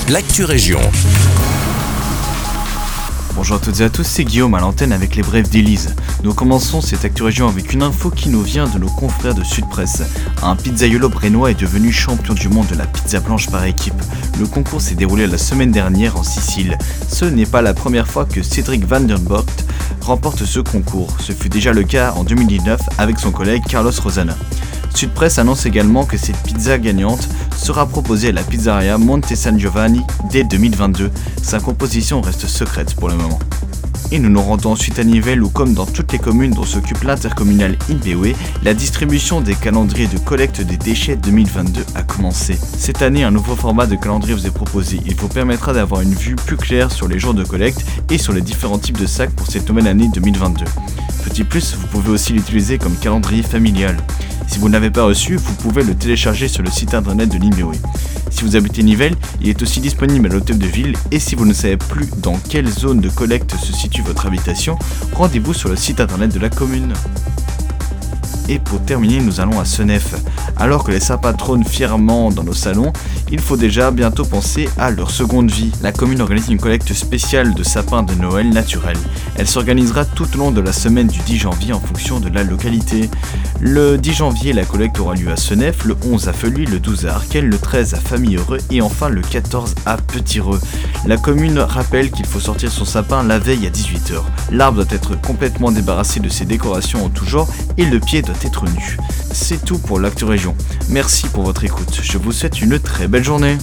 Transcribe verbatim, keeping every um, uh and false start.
l'actu région. Bonjour à toutes et à tous, c'est Guillaume à l'antenne avec les brèves d'Élise. Nous commençons cette actu région avec une info qui nous vient de nos confrères de Sud Presse. Un pizzaiolo brennois est devenu champion du monde de la pizza blanche par équipe. Le concours s'est déroulé la semaine dernière en Sicile. Ce n'est pas la première fois que Cédric Van den Bocht remporte ce concours. Ce fut déjà le cas en deux mille dix-neuf avec son collègue Carlos Rosana. Sud Presse annonce également que cette pizza gagnante sera proposée à la pizzeria Monte San Giovanni dès deux mille vingt-deux. Sa composition reste secrète pour le moment. Et nous nous rendons ensuite à Nivelles où, comme dans toutes les communes dont s'occupe l'intercommunal Inbewe, la distribution des calendriers de collecte des déchets deux mille vingt-deux a commencé. Cette année, un nouveau format de calendrier vous est proposé. Il vous permettra d'avoir une vue plus claire sur les jours de collecte et sur les différents types de sacs pour cette nouvelle année deux mille vingt-deux. Petit plus, vous pouvez aussi l'utiliser comme calendrier familial. Si vous ne l'avez pas reçu, vous pouvez le télécharger sur le site internet de l'Inbewe. Si vous habitez Nivelles, il est aussi disponible à l'hôtel de ville et si vous ne savez plus dans quelle zone de collecte se situe votre habitation, rendez-vous sur le site internet de la commune. Et pour terminer, nous allons à Senef. Alors que les sapins trônent fièrement dans nos salons, il faut déjà bientôt penser à leur seconde vie. La commune organise une collecte spéciale de sapins de Noël naturels. Elle s'organisera tout au long de la semaine du dix janvier en fonction de la localité. Le dix janvier, la collecte aura lieu à Senef, le onze à Feuilly, le douze à Arquel, le treize à Famille-Heureux et enfin le quatorze à Petit-Reux. La commune rappelle qu'il faut sortir son sapin la veille à dix-huit heures. L'arbre doit être complètement débarrassé de ses décorations en tout genre et le pied doit être nu. C'est tout pour l'actu région. Merci pour votre écoute. Je vous souhaite une très belle journée.